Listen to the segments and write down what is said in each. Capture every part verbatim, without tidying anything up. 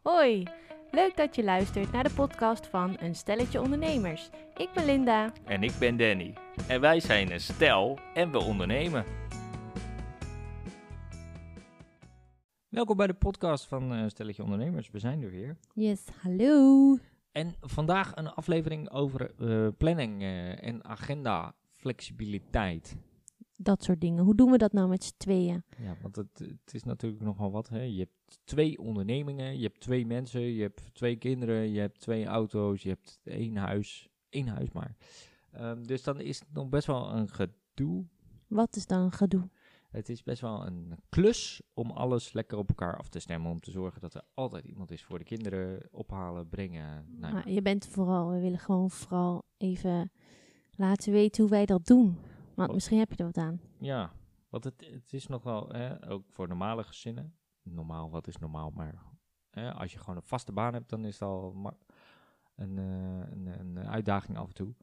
Hoi, leuk dat je luistert naar de podcast van Een Stelletje Ondernemers. Ik ben Linda. En ik ben Danny. En wij zijn een stel en we ondernemen. Welkom bij de podcast van uh, Stelletje Ondernemers. We zijn er weer. Yes, hallo. En vandaag een aflevering over uh, planning uh, en agenda flexibiliteit. Dat soort dingen. Hoe doen we dat nou met z'n tweeën? Ja, want het, het is natuurlijk nogal wat. Hè? Je hebt twee ondernemingen, je hebt twee mensen, je hebt twee kinderen, je hebt twee auto's, je hebt één huis. Één huis maar. Um, dus dan is het nog best wel een gedoe. Wat is dan een gedoe? Het is best wel een klus om alles lekker op elkaar af te stemmen. Om te zorgen dat er altijd iemand is voor de kinderen ophalen, brengen. Nou, maar je bent vooral, we willen gewoon vooral even laten weten hoe wij dat doen. Want wat, misschien heb je er wat aan. Ja, want het, het is nog wel, hè, ook voor normale gezinnen. Normaal, wat is normaal? Maar hè, als je gewoon een vaste baan hebt, dan is het al ma- een, uh, een, een uitdaging af en toe.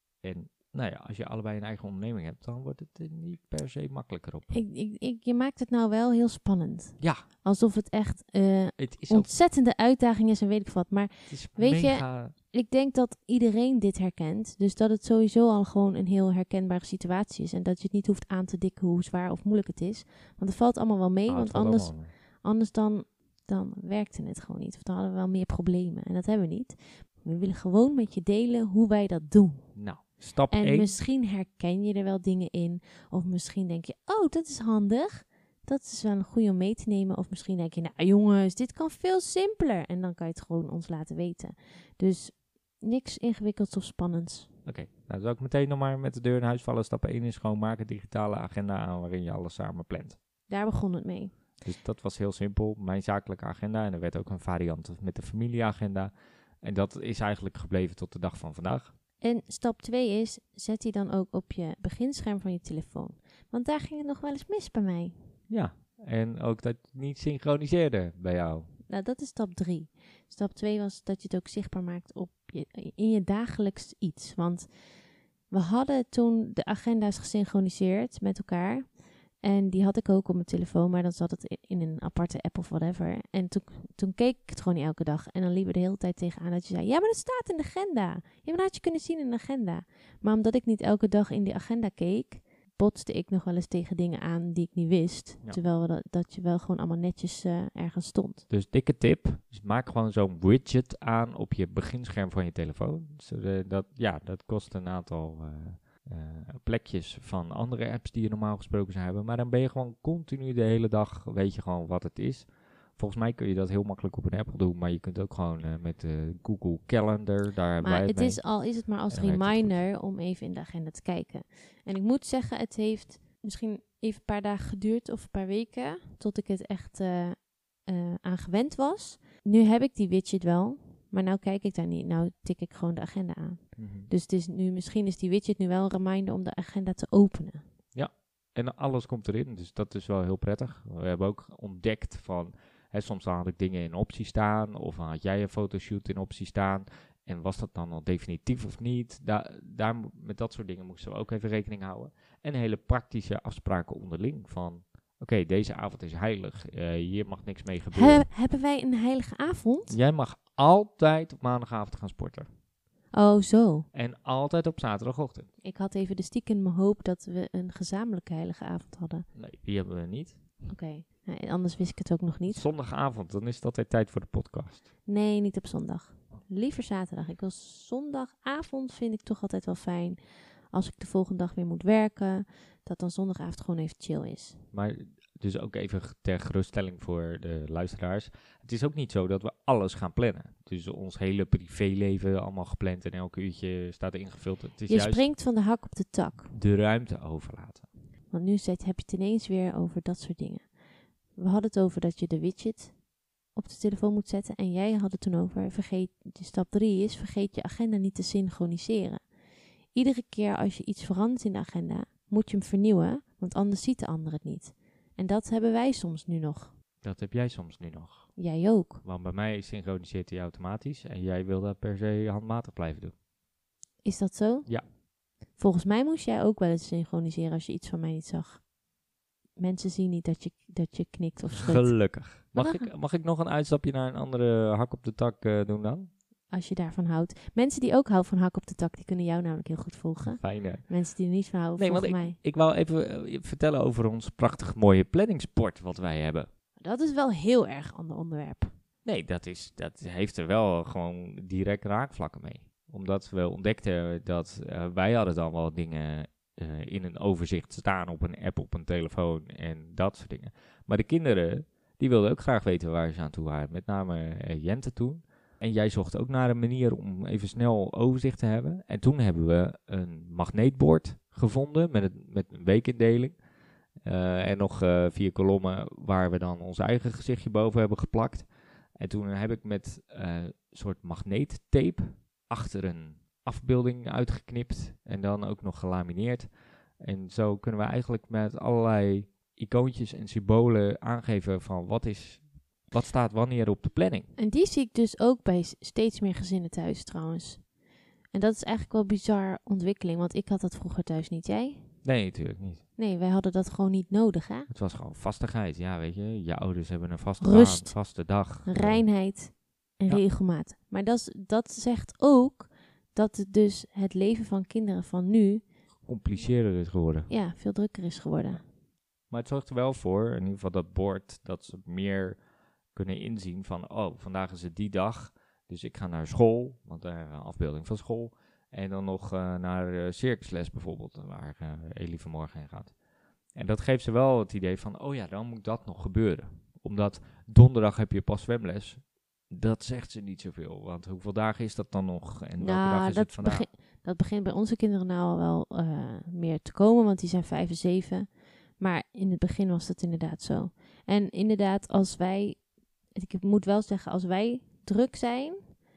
En nou ja, als je allebei een eigen onderneming hebt, dan wordt het er niet per se makkelijker op. Ik, ik, ik, je maakt het nou wel heel spannend. Ja. Alsof het echt uh, het is ontzettende ook, uitdaging is en weet ik wat. Maar het is weet mega... je, ik denk dat iedereen dit herkent. Dus dat het sowieso al gewoon een heel herkenbare situatie is. En dat je het niet hoeft aan te dikken hoe zwaar of moeilijk het is. Want het valt allemaal wel mee. Ah, want anders, anders dan, dan werkte het gewoon niet. Of dan hadden we wel meer problemen. En dat hebben we niet. We willen gewoon met je delen hoe wij dat doen. Nou. Stap en één. Misschien herken je er wel dingen in. Of misschien denk je, oh, dat is handig. Dat is wel een goede om mee te nemen. Of misschien denk je, nou jongens, dit kan veel simpeler. En dan kan je het gewoon ons laten weten. Dus niks ingewikkelds of spannends. Oké, okay. Nou dan zal ik meteen nog maar met de deur in huis vallen. Stap één is gewoon maken digitale agenda aan waarin je alles samen plant. Daar begon het mee. Dus dat was heel simpel. Mijn zakelijke agenda. En er werd ook een variant met de familieagenda. En dat is eigenlijk gebleven tot de dag van vandaag. En stap twee is, zet die dan ook op je beginscherm van je telefoon. Want daar ging het nog wel eens mis bij mij. Ja, en ook dat het niet synchroniseerde bij jou. Nou, dat is stap drie. Stap twee was dat je het ook zichtbaar maakt op je, in je dagelijks iets. Want we hadden toen de agenda's gesynchroniseerd met elkaar. En die had ik ook op mijn telefoon, maar dan zat het in een aparte app of whatever. En toen, toen keek ik het gewoon niet elke dag. En dan liepen we de hele tijd tegenaan dat je zei, ja, maar dat staat in de agenda. Ja, maar dat had je kunnen zien in de agenda. Maar omdat ik niet elke dag in die agenda keek, botste ik nog wel eens tegen dingen aan die ik niet wist. Ja. Terwijl we dat, dat je wel gewoon allemaal netjes uh, ergens stond. Dus dikke tip, dus maak gewoon zo'n widget aan op je beginscherm van je telefoon. Zodat, dat, ja, dat kost een aantal... Uh, Uh, plekjes van andere apps die je normaal gesproken zou hebben. Maar dan ben je gewoon continu de hele dag, weet je gewoon wat het is. Volgens mij kun je dat heel makkelijk op een Apple doen, maar je kunt ook gewoon uh, met uh, Google Calendar, daar hebben maar wij het mee. is al is het maar als reminder om even in de agenda te kijken. En ik moet zeggen, het heeft misschien even een paar dagen geduurd of een paar weken, tot ik het echt uh, uh, aan gewend was. Nu heb ik die widget wel. Maar nou kijk ik daar niet. Nou tik ik gewoon de agenda aan. Mm-hmm. Dus het is nu, misschien is die widget nu wel een reminder om de agenda te openen. Ja, en alles komt erin. Dus dat is wel heel prettig. We hebben ook ontdekt van... Hè, soms had ik dingen in optie staan. Of had jij een fotoshoot in optie staan. En was dat dan al definitief of niet? Da- daar, met dat soort dingen moesten we ook even rekening houden. En hele praktische afspraken onderling van... Oké, okay, deze avond is heilig. Uh, hier mag niks mee gebeuren. He, hebben wij een heilige avond? Jij mag altijd op maandagavond gaan sporten. Oh, zo. En altijd op zaterdagochtend. Ik had even de stiekem hoop dat we een gezamenlijke heilige avond hadden. Nee, die hebben we niet. Oké, okay. nee, anders wist ik het ook nog niet. Zondagavond, dan is het altijd tijd voor de podcast. Nee, niet op zondag. Liever zaterdag. Ik wil zondagavond vind ik toch altijd wel fijn. Als ik de volgende dag weer moet werken, dat dan zondagavond gewoon even chill is. Maar dus ook even ter geruststelling voor de luisteraars. Het is ook niet zo dat we alles gaan plannen. Dus ons hele privéleven allemaal gepland en elk uurtje staat ingevuld. Het is je juist springt van de hak op de tak. De ruimte overlaten. Want nu zet, heb je het ineens weer over dat soort dingen. We hadden het over dat je de widget op de telefoon moet zetten. En jij had het toen over, vergeet, de stap drie is, vergeet je agenda niet te synchroniseren. Iedere keer als je iets verandert in de agenda, moet je hem vernieuwen, want anders ziet de ander het niet. En dat hebben wij soms nu nog. Dat heb jij soms nu nog. Jij ook. Want bij mij synchroniseert hij automatisch en jij wil dat per se handmatig blijven doen. Is dat zo? Ja. Volgens mij moest jij ook wel eens synchroniseren als je iets van mij niet zag. mensen zien niet dat je, dat je knikt of schudt. Gelukkig. Mag ik, mag ik nog een uitstapje naar een andere hak op de tak uh, doen dan? Als je daarvan houdt. Mensen die ook houden van hak op de tak, die kunnen jou namelijk heel goed volgen. Fijn hè? Mensen die er niet van houden, nee, volgen want mij. Ik, ik wou even uh, vertellen over ons prachtig mooie planningsport wat wij hebben. Dat is wel heel erg ander onderwerp. Nee, dat, is, dat heeft er wel gewoon direct raakvlakken mee. Omdat we ontdekten dat uh, wij hadden dan wel dingen uh, in een overzicht staan op een app, op een telefoon en dat soort dingen. Maar de kinderen, die wilden ook graag weten waar ze aan toe waren. Met name uh, Jente toen. En jij zocht ook naar een manier om even snel overzicht te hebben. En toen hebben we een magneetbord gevonden met, het, met een weekindeling. Uh, en nog uh, vier kolommen waar we dan ons eigen gezichtje boven hebben geplakt. En toen heb ik met een uh, soort magneettape achter een afbeelding uitgeknipt. En dan ook nog gelamineerd. En zo kunnen we eigenlijk met allerlei icoontjes en symbolen aangeven van wat is... Wat staat wanneer op de planning? En die zie ik dus ook bij steeds meer gezinnen thuis trouwens. En dat is eigenlijk wel een bizar ontwikkeling, want ik had dat vroeger thuis niet. Jij? Nee, natuurlijk niet. Nee, wij hadden dat gewoon niet nodig, hè? Het was gewoon vastigheid. Ja, weet je, je ouders hebben een vaste Rust, baan, vaste dag. reinheid en ja. regelmaat. Maar dat, is, dat zegt ook dat het dus het leven van kinderen van nu... compliceerder is geworden. Ja, veel drukker is geworden. Maar het zorgt er wel voor, in ieder geval dat bord, dat ze meer... kunnen inzien van, oh, vandaag is het die dag, dus ik ga naar school, want daar is een afbeelding van school, en dan nog uh, naar uh, circusles bijvoorbeeld, waar uh, Elie vanmorgen heen gaat. En dat geeft ze wel het idee van, oh ja, dan moet dat nog gebeuren. Omdat donderdag heb je pas zwemles, dat zegt ze niet zoveel, want hoeveel dagen is dat dan nog, en welke nou, dag is dat het vandaag? Begin, dat begint bij onze kinderen nou wel uh, meer te komen, want die zijn vijf en zeven, maar in het begin was dat inderdaad zo. En inderdaad, als wij... Ik moet wel zeggen, als wij druk zijn,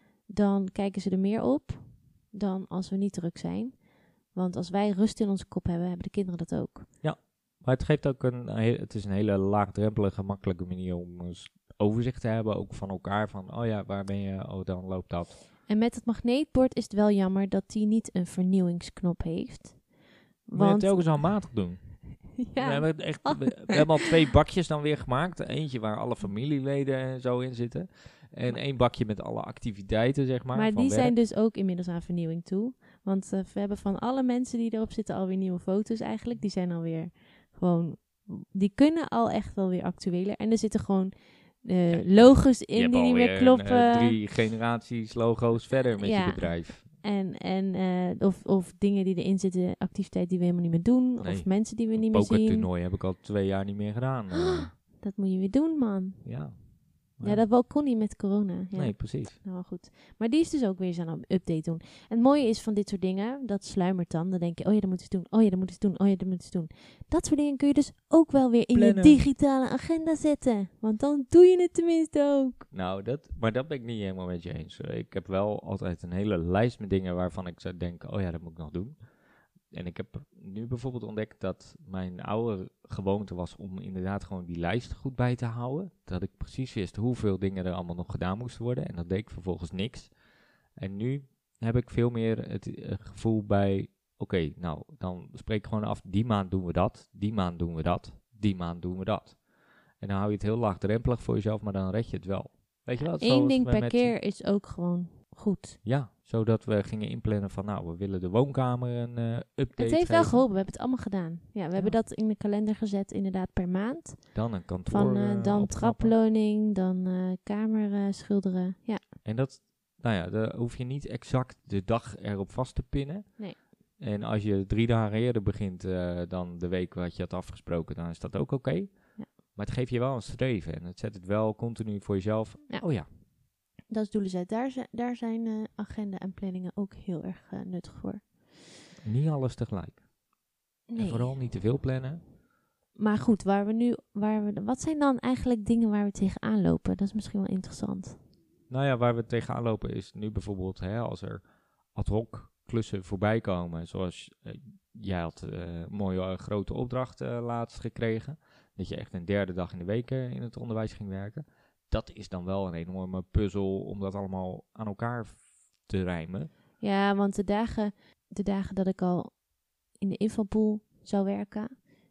dan kijken ze er meer op dan als we niet druk zijn. Want als wij rust in onze kop hebben, hebben de kinderen dat ook. Ja, maar het geeft ook een, het is een hele laagdrempelige, makkelijke manier om een overzicht te hebben, ook van elkaar, van oh ja, waar ben je, oh dan loopt dat. En met het magneetbord is het wel jammer dat die niet een vernieuwingsknop heeft. Want moet je het telkens handmatig doen. Ja. We, hebben echt, we, we hebben al twee bakjes dan weer gemaakt. Eentje waar alle familieleden en zo in zitten. En één bakje met alle activiteiten, zeg maar. Maar van die werk. zijn dus ook inmiddels aan vernieuwing toe. Want uh, we hebben van alle mensen die erop zitten alweer nieuwe foto's eigenlijk. Die zijn alweer gewoon... Die kunnen al echt wel weer actueler. En er zitten gewoon uh, ja, logo's in die niet meer kloppen. Een, uh, drie generaties logo's verder met ja. je bedrijf. En, en uh, of, of dingen die erin zitten, activiteiten die we helemaal niet meer doen. Nee. Of mensen die we niet meer zien. Een pokertoernooi heb ik al twee jaar niet meer gedaan. Uh. Dat moet je weer doen, man. Ja. Ja, ja dat wel kon niet met corona. Ja. Nee, precies. Nou, goed. Maar die is dus ook weer eens aan een update doen. En het mooie is van dit soort dingen, dat sluimert dan. Dan denk je, oh ja, dat moet je doen. Oh ja, dat moet je doen. Oh ja, dat moet je doen. Dat soort dingen kun je dus ook wel weer in Plannen. je digitale agenda zetten. Want dan doe je het tenminste ook. Nou, dat, maar dat ben ik niet helemaal met je eens. Ik heb wel altijd een hele lijst met dingen waarvan ik zou denken, oh ja, dat moet ik nog doen. En ik heb nu bijvoorbeeld ontdekt dat mijn oude gewoonte was om inderdaad gewoon die lijst goed bij te houden. Dat ik precies wist hoeveel dingen er allemaal nog gedaan moesten worden. En dat deed ik vervolgens niks. En nu heb ik veel meer het uh, gevoel bij, oké, okay, nou, dan spreek ik gewoon af, die maand doen we dat, die maand doen we dat, die maand doen we dat. En dan hou je het heel laagdrempelig voor jezelf, maar dan red je het wel. Weet je wel? Eén ding per keer is ook gewoon goed. Ja, zodat we gingen inplannen van, nou, we willen de woonkamer een uh, update Het heeft geven. wel geholpen, we hebben het allemaal gedaan. Ja, we ja. hebben dat in de kalender gezet, inderdaad per maand. Dan een kantoor Van, uh, uh, Dan traploning, dan uh, kamer uh, schilderen, ja. En dat, nou ja, daar hoef je niet exact de dag erop vast te pinnen. Nee. En als je drie dagen eerder begint uh, dan de week wat je had afgesproken, dan is dat ook oké. Okay. Ja. Maar het geeft je wel een streven en het zet het wel continu voor jezelf. Ja. Oh ja. Dat is doelenzet. Daar, z- daar zijn uh, agenda en planningen ook heel erg uh, nuttig voor. Niet alles tegelijk. Nee. En vooral niet te veel plannen. Maar goed, waar we nu, waar we, wat zijn dan eigenlijk dingen waar we tegenaan lopen? Dat is misschien wel interessant. Nou ja, waar we tegenaan lopen is nu bijvoorbeeld, hè, als er ad hoc klussen voorbij komen. Zoals uh, jij had uh, een mooie uh, grote opdracht uh, laatst gekregen. Dat je echt een derde dag in de week uh, in het onderwijs ging werken. Dat is dan wel een enorme puzzel om dat allemaal aan elkaar f- te rijmen. Ja, want de dagen, de dagen dat ik al in de invalpool zou werken,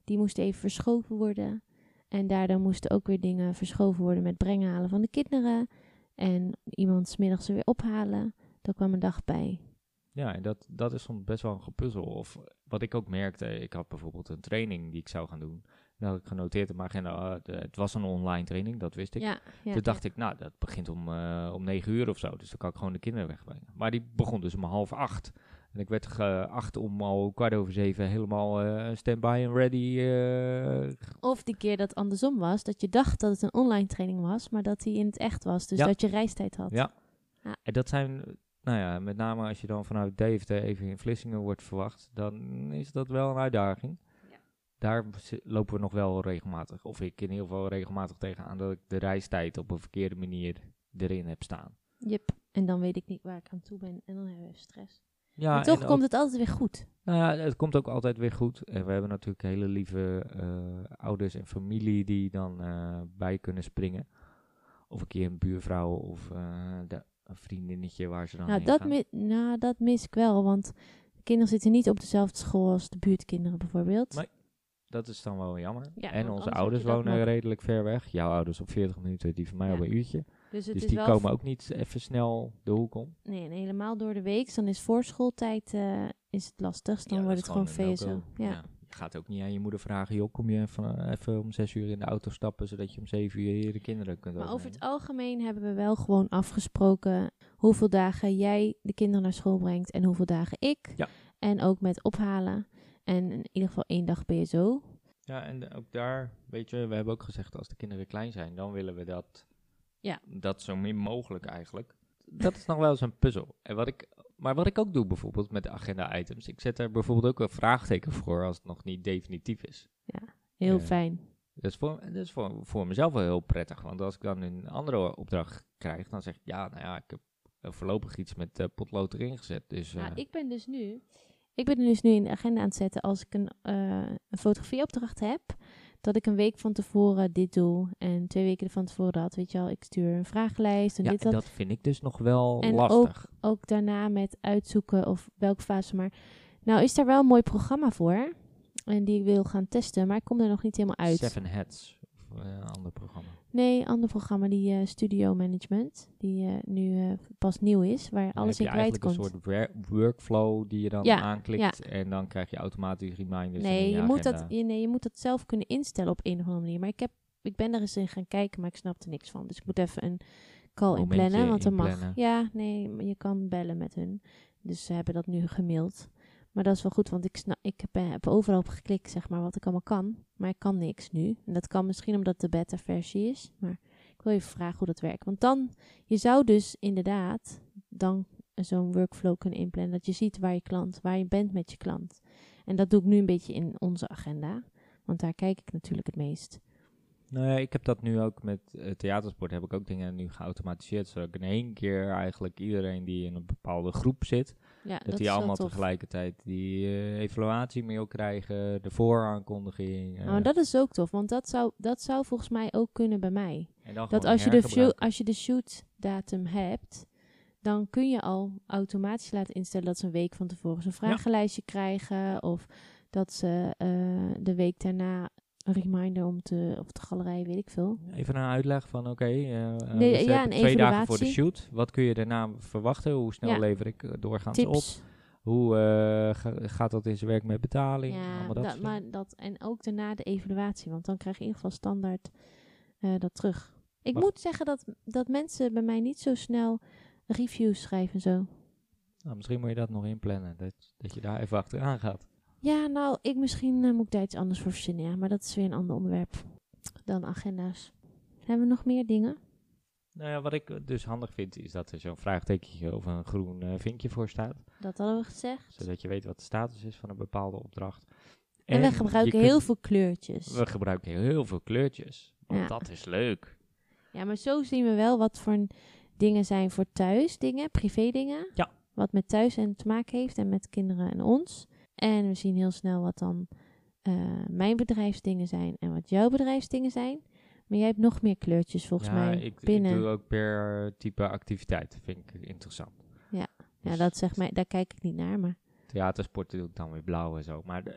Die moesten even verschoven worden. En daardoor moesten ook weer dingen verschoven worden met brengen halen van de kinderen. En iemand 's middags er weer ophalen. Daar kwam een dag bij. Ja, en dat, dat is soms best wel een gepuzzel. Of wat ik ook merkte, ik had bijvoorbeeld een training die ik zou gaan doen. Dat had ik genoteerd in mijn agenda. Uh, de, het was een online training, dat wist ik. Ja, ja, Toen dacht ja. ik, nou, dat begint om, uh, om negen uur of zo. Dus dan kan ik gewoon de kinderen wegbrengen. Maar die begon dus om half acht. En ik werd geacht om al kwart over zeven helemaal uh, stand-by en ready. Uh, Of die keer dat het andersom was, dat je dacht dat het een online training was, maar dat die in het echt was. Dus Ja. dat je reistijd had. Ja. Ja. En dat zijn, nou ja, met name als je dan vanuit Deventer even in Vlissingen wordt verwacht, dan is dat wel een uitdaging. Ja. Daar zi- lopen we nog wel regelmatig, of ik in ieder geval regelmatig tegenaan, dat ik de reistijd op een verkeerde manier erin heb staan. Yep. En dan weet ik niet waar ik aan toe ben en dan hebben we stress. Ja, maar toch en komt ook, het altijd weer goed. nou ja, het komt ook altijd weer goed. En we hebben natuurlijk hele lieve uh, ouders en familie die dan uh, bij kunnen springen. Of een keer een buurvrouw of uh, de, een vriendinnetje waar ze dan Nou heen dat, gaan. mi- nou, dat mis ik wel, want de kinderen zitten niet op dezelfde school als de buurtkinderen bijvoorbeeld. Nee. Dat is dan wel jammer. Ja, en want onze anders ouders had je dat wonen nog. redelijk ver weg. Jouw ouders op veertig minuten, die van mij Ja. op een uurtje. Dus, het Dus is die wel komen v- ook niet even snel de hoek om. Nee, en helemaal door de week. Dan is voorschooltijd uh, is het lastigst. Dan Ja, wordt dat het is gewoon een V S O. no-go. Ja. Ja. Je gaat ook niet aan je moeder vragen, joh, kom je even, uh, even om zes uur in de auto stappen, zodat je om zeven uur hier de kinderen kunt Maar over overnemen. het algemeen hebben we wel gewoon afgesproken hoeveel dagen jij de kinderen naar school brengt en hoeveel dagen ik. Ja. En ook met ophalen. En in ieder geval één dag B S O. Ja, en de- ook daar, weet je, we hebben ook gezegd, als de kinderen klein zijn, dan willen we dat, Ja. dat zo min mogelijk eigenlijk. Dat is nog wel eens een puzzel. En wat ik, maar wat ik ook doe bijvoorbeeld met de agenda-items, ik zet er bijvoorbeeld ook een vraagteken voor als het nog niet definitief is. Heel Ja. fijn. Dat is, voor, dat is voor, voor mezelf wel heel prettig, want als ik dan een andere opdracht krijg, dan zeg ik, ja, nou ja, ik heb uh, voorlopig iets met uh, potlood erin gezet. Dus, uh, Nou, ik ben dus nu... Ik ben dus nu in de agenda aan het zetten als ik een, uh, een fotografieopdracht heb, dat ik een week van tevoren dit doe en twee weken van tevoren dat, weet je wel. Ik stuur een vragenlijst en ja, dit, en dat. dat vind ik dus nog wel En lastig. Ook daarna met uitzoeken of welke fase maar. Nou is daar wel een mooi programma voor en die ik wil gaan testen, maar ik kom er nog niet helemaal uit. Seven Heads, of uh, een ander programma. Nee, ander programma, die uh, Studio Management, die uh, nu uh, pas nieuw is, waar Dan alles in heb je kwijt eigenlijk komt. een soort wer- workflow die je dan Ja, aanklikt en dan krijg je automatisch reminders. Nee, in je, je moet agenda. dat, je, nee, je moet dat zelf kunnen instellen op een of andere manier. Maar ik, heb, ik ben er eens in gaan kijken, maar ik snap er niks van. Dus ik moet even een call Momentje inplannen, want er mag. inplannen. Ja, nee, maar je kan bellen met hun. Dus ze hebben dat nu gemaild. Maar dat is wel goed, want ik, snap, ik heb, heb overal op geklikt, zeg maar, wat ik allemaal kan. Maar ik kan niks nu. En dat kan misschien omdat het de beta-versie is. Maar ik wil even vragen hoe dat werkt. Want dan, je zou dus inderdaad dan zo'n workflow kunnen inplannen. Dat je ziet waar je klant, waar je bent met je klant. En dat doe ik nu een beetje in onze agenda. Want daar kijk ik natuurlijk het meest. Nou ja, ik heb dat nu ook met uh, theatersport, heb ik ook dingen nu geautomatiseerd, zodat ik in één keer eigenlijk iedereen die in een bepaalde groep zit, Ja, dat, dat die is allemaal wel tof. tegelijkertijd die uh, evaluatiemail krijgen, de vooraankondiging. Uh, Oh, maar dat is ook tof, want dat zou, dat zou volgens mij ook kunnen bij mij. en dan Dat gewoon als je, de shoot, hergebruiken. als je de shootdatum hebt, dan kun je al automatisch laten instellen dat ze een week van tevoren zo'n vragenlijstje krijgen. Of dat ze uh, de week daarna een reminder om te, of de galerij, weet ik veel. Even een uitleg van, oké, okay, uh, Nee, uh, ja, een twee dagen voor de evaluatie. shoot. Wat kun je daarna verwachten? Hoe snel Ja. lever ik uh, doorgaans Tips. op? Hoe uh, ga, gaat dat in zijn werk met betaling? Ja, Allemaal dat dat, soort maar dingen. dat, en ook daarna de evaluatie, want dan krijg je in ieder geval standaard uh, dat terug. Ik Wacht. moet zeggen dat, dat mensen bij mij niet zo snel reviews schrijven en zo. Nou, misschien moet je dat nog inplannen, dat, dat je daar even achteraan gaat. Ja, nou, ik misschien uh, moet ik daar iets anders voor verzinnen, ja, maar dat is weer een ander onderwerp dan agenda's. Hebben we nog meer dingen? Nou ja, wat ik dus handig vind, is dat er zo'n vraagtekentje of een groen uh, vinkje voor staat. Dat hadden we gezegd. Zodat je weet wat de status is van een bepaalde opdracht. En, en we je gebruiken kunt- heel veel kleurtjes. We gebruiken heel veel kleurtjes, want Ja. dat is leuk. Ja, maar zo zien we wel wat voor dingen zijn voor thuis dingen, privé dingen. Ja. Wat met thuis en te maken heeft en met kinderen en ons. En we zien heel snel wat dan uh, mijn bedrijfsdingen zijn en wat jouw bedrijfsdingen zijn. Maar jij hebt nog meer kleurtjes volgens ja, mij ik, binnen. ik doe ook per type activiteit, vind ik interessant. Ja, Dus ja dat zegt mij, daar kijk ik niet naar, maar theatersport doe ik dan weer blauw en zo. Maar de,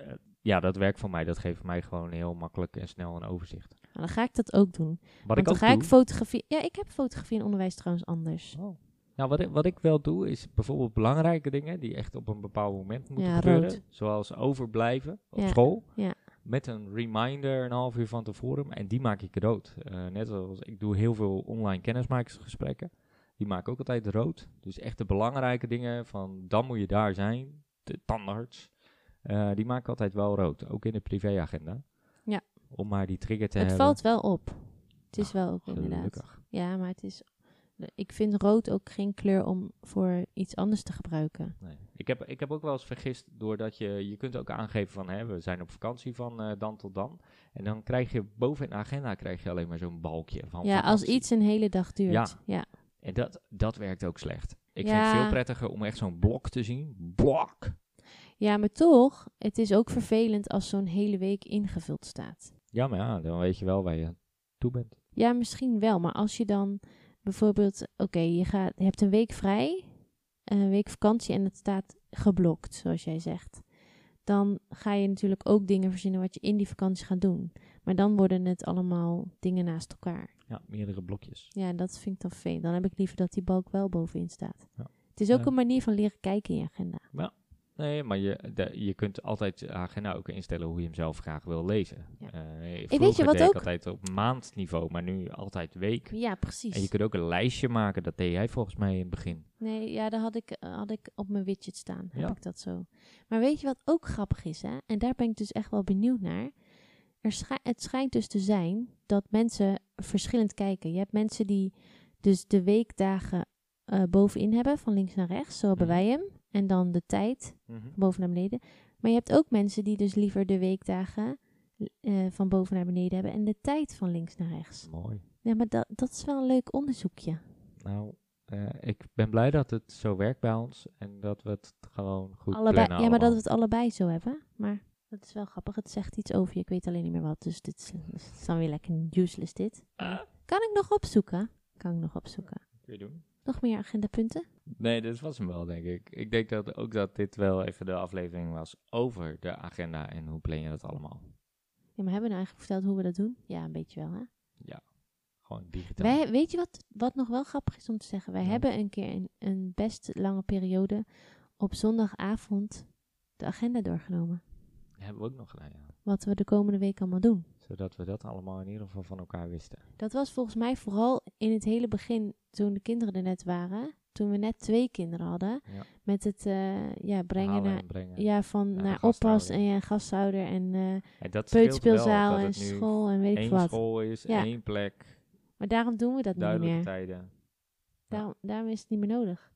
ja, dat werkt voor mij. Dat geeft mij gewoon heel makkelijk en snel een overzicht. Nou, dan ga ik dat ook doen. Wat Want ik dan ook ga doe, ik fotografie... Ja, ik heb fotografie en onderwijs trouwens anders. Oh. Nou, wat ik, wat ik wel doe, is bijvoorbeeld belangrijke dingen die echt op een bepaald moment moeten Ja, gebeuren. rood. Zoals overblijven op Ja, school. ja. Met een reminder een half uur van tevoren. En die maak ik rood. Uh, net zoals ik doe heel veel online kennismakingsgesprekken. Die maak ik ook altijd rood. Dus echt de belangrijke dingen van dan moet je daar zijn. De tandarts. Uh, die maak ik altijd wel rood. Ook in de privéagenda. Ja. Om maar die trigger te Het hebben. valt wel op. Het is Ah, wel ook inderdaad. Gelukkig. Ja, maar het is... Ik vind rood ook geen kleur om voor iets anders te gebruiken. Nee. Ik, heb, ik heb ook wel eens vergist doordat je... Je kunt ook aangeven van... Hè, we zijn op vakantie van uh, dan tot dan. En dan krijg je boven in de agenda krijg je alleen maar zo'n balkje van Ja, vakantie. als iets een hele dag duurt. Ja. ja. En dat, dat werkt ook slecht. Ik Ja. vind het veel prettiger om echt zo'n blok te zien. Blok! Ja, maar toch, het is ook vervelend als zo'n hele week ingevuld staat. Ja, maar ja, dan weet je wel waar je aan toe bent. Ja, misschien wel. Maar als je dan bijvoorbeeld... Oké, okay, je, gaat, je hebt een week vrij. Een week vakantie en het staat geblokt, zoals jij zegt. Dan ga je natuurlijk ook dingen verzinnen wat je in die vakantie gaat doen. Maar dan worden het allemaal dingen naast elkaar. Ja, meerdere blokjes. Ja, en dat vind ik dan vervelend. Dan heb ik liever dat die balk wel bovenin staat. Ja. Het is ook Ja. een manier van leren kijken in je agenda. Ja. Nee, maar je, de, je kunt altijd de agenda ook instellen hoe je hem zelf graag wil lezen. Ja. Uh, je vroeger wat deed ik ook- altijd op maandniveau, maar nu altijd week. Ja, precies. En je kunt ook een lijstje maken, dat deed jij volgens mij in het begin. Nee, ja, dat had ik, eh, had ik op mijn widget staan. Ja. Heb ik dat zo. Maar weet je wat ook grappig is, hè? En daar ben ik dus echt wel benieuwd naar. Er schij- het schijnt dus te zijn dat mensen verschillend kijken. Je hebt mensen die dus de weekdagen eh, bovenin hebben, van links naar rechts. Zo hebben Mhm. wij hem. En dan de tijd, van boven naar beneden. Maar je hebt ook mensen die dus liever de weekdagen eh, van boven naar beneden hebben. En de tijd van links naar rechts. Mooi. Ja, maar dat, dat is wel een leuk onderzoekje. Nou, uh, ik ben blij dat het zo werkt bij ons en dat we het gewoon goed Allebei, plannen ja, maar dat we allemaal. het allebei zo hebben. Maar dat is wel grappig. Het zegt iets over je. Ik weet alleen niet meer wat. Dus dit is, dus het is dan weer lekker useless dit. Ah, Kan ik nog opzoeken? Kan ik nog opzoeken. kun je doen? Nog meer agendapunten? Nee, dit was hem wel, denk ik. Ik denk dat ook dat dit wel even de aflevering was over de agenda en hoe plan je dat allemaal. Ja, maar hebben we nou eigenlijk verteld hoe we dat doen? Ja, een beetje wel, hè? Ja, gewoon digitaal. Wij, weet je wat, wat nog wel grappig is om te zeggen? Wij Ja. hebben een keer een, een best lange periode op zondagavond de agenda doorgenomen. Dat hebben we ook nog gedaan, ja. Wat we de komende week allemaal doen. Zodat we dat allemaal in ieder geval van elkaar wisten. Dat was volgens mij vooral in het hele begin, toen de kinderen er net waren. Toen we net twee kinderen hadden. Ja. Met het uh, ja, brengen Halen naar, en brengen. ja, van naar naar de oppas gasthouder. en ja, gasthouder en uh, En dat scheelt peuterspeelzaal wel, en dat het nu school en weet ik één veel wat. school is, Ja. één plek, Maar daarom doen we dat niet duidelijke meer. tijden. Daarom, daarom is het niet meer nodig.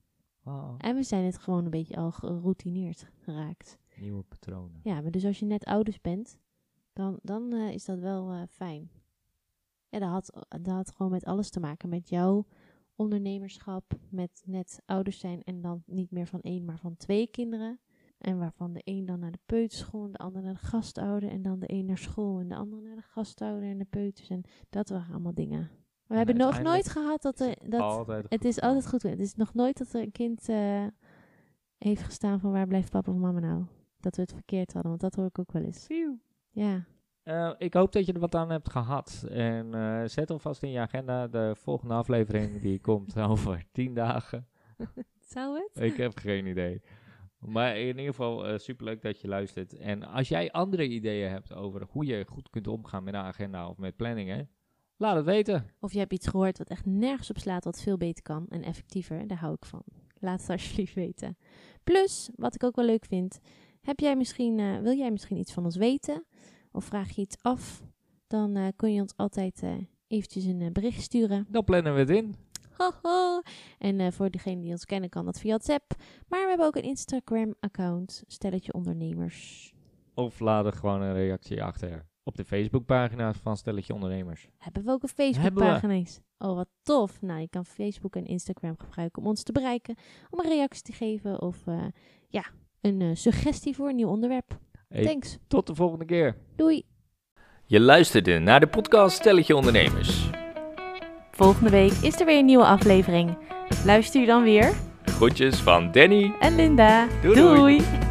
Wow. En we zijn het gewoon een beetje al geroutineerd geraakt. Nieuwe patronen. Ja, maar dus als je net ouders bent, dan, dan uh, is dat wel uh, fijn. Ja, dat had, dat had gewoon met alles te maken. Met jouw ondernemerschap, met net ouders zijn en dan niet meer van één, maar van twee kinderen. En waarvan de een dan naar de peuterschool en de ander naar de gastouder. En dan de een naar school en de ander naar de gastouder en de peuters. En dat waren allemaal dingen. We hebben nog uiteindelijk nooit gehad dat is er... het Dat, altijd het goed is altijd goed. Het is nog nooit dat er een kind uh, heeft gestaan van waar blijft papa of mama nou? Dat we het verkeerd hadden, want dat hoor ik ook wel eens. Ja. Uh, ik hoop dat je er wat aan hebt gehad. En uh, zet alvast in je agenda de volgende aflevering. Die komt over tien dagen. Zou het? Ik heb geen idee. Maar in ieder geval uh, superleuk dat je luistert. En als jij andere ideeën hebt over hoe je goed kunt omgaan met een agenda of met planningen, laat het weten. Of je hebt iets gehoord wat echt nergens op slaat, wat veel beter kan en effectiever. Daar hou ik van. Laat het alsjeblieft weten. Plus, wat ik ook wel leuk vind, heb jij misschien, uh, wil jij misschien iets van ons weten? Of vraag je iets af? Dan uh, kun je ons altijd uh, eventjes een uh, bericht sturen. Dan plannen we het in. Ho, ho. En uh, voor degenen die ons kennen kan dat via WhatsApp. Maar we hebben ook een Instagram-account, Stelletje Ondernemers. Of laat er gewoon een reactie achter op de Facebookpagina's van Stelletje Ondernemers. Hebben we ook een Facebookpagina? Oh, wat tof. Nou, je kan Facebook en Instagram gebruiken om ons te bereiken. Om een reactie te geven of uh, ja, een uh, suggestie voor een nieuw onderwerp. Hey, Thanks. Tot de volgende keer. Doei. Je luisterde naar de podcast Stelletje Ondernemers. Volgende week is er weer een nieuwe aflevering. Luister je dan weer? Groetjes van Danny En Linda. Doei, doei. doei.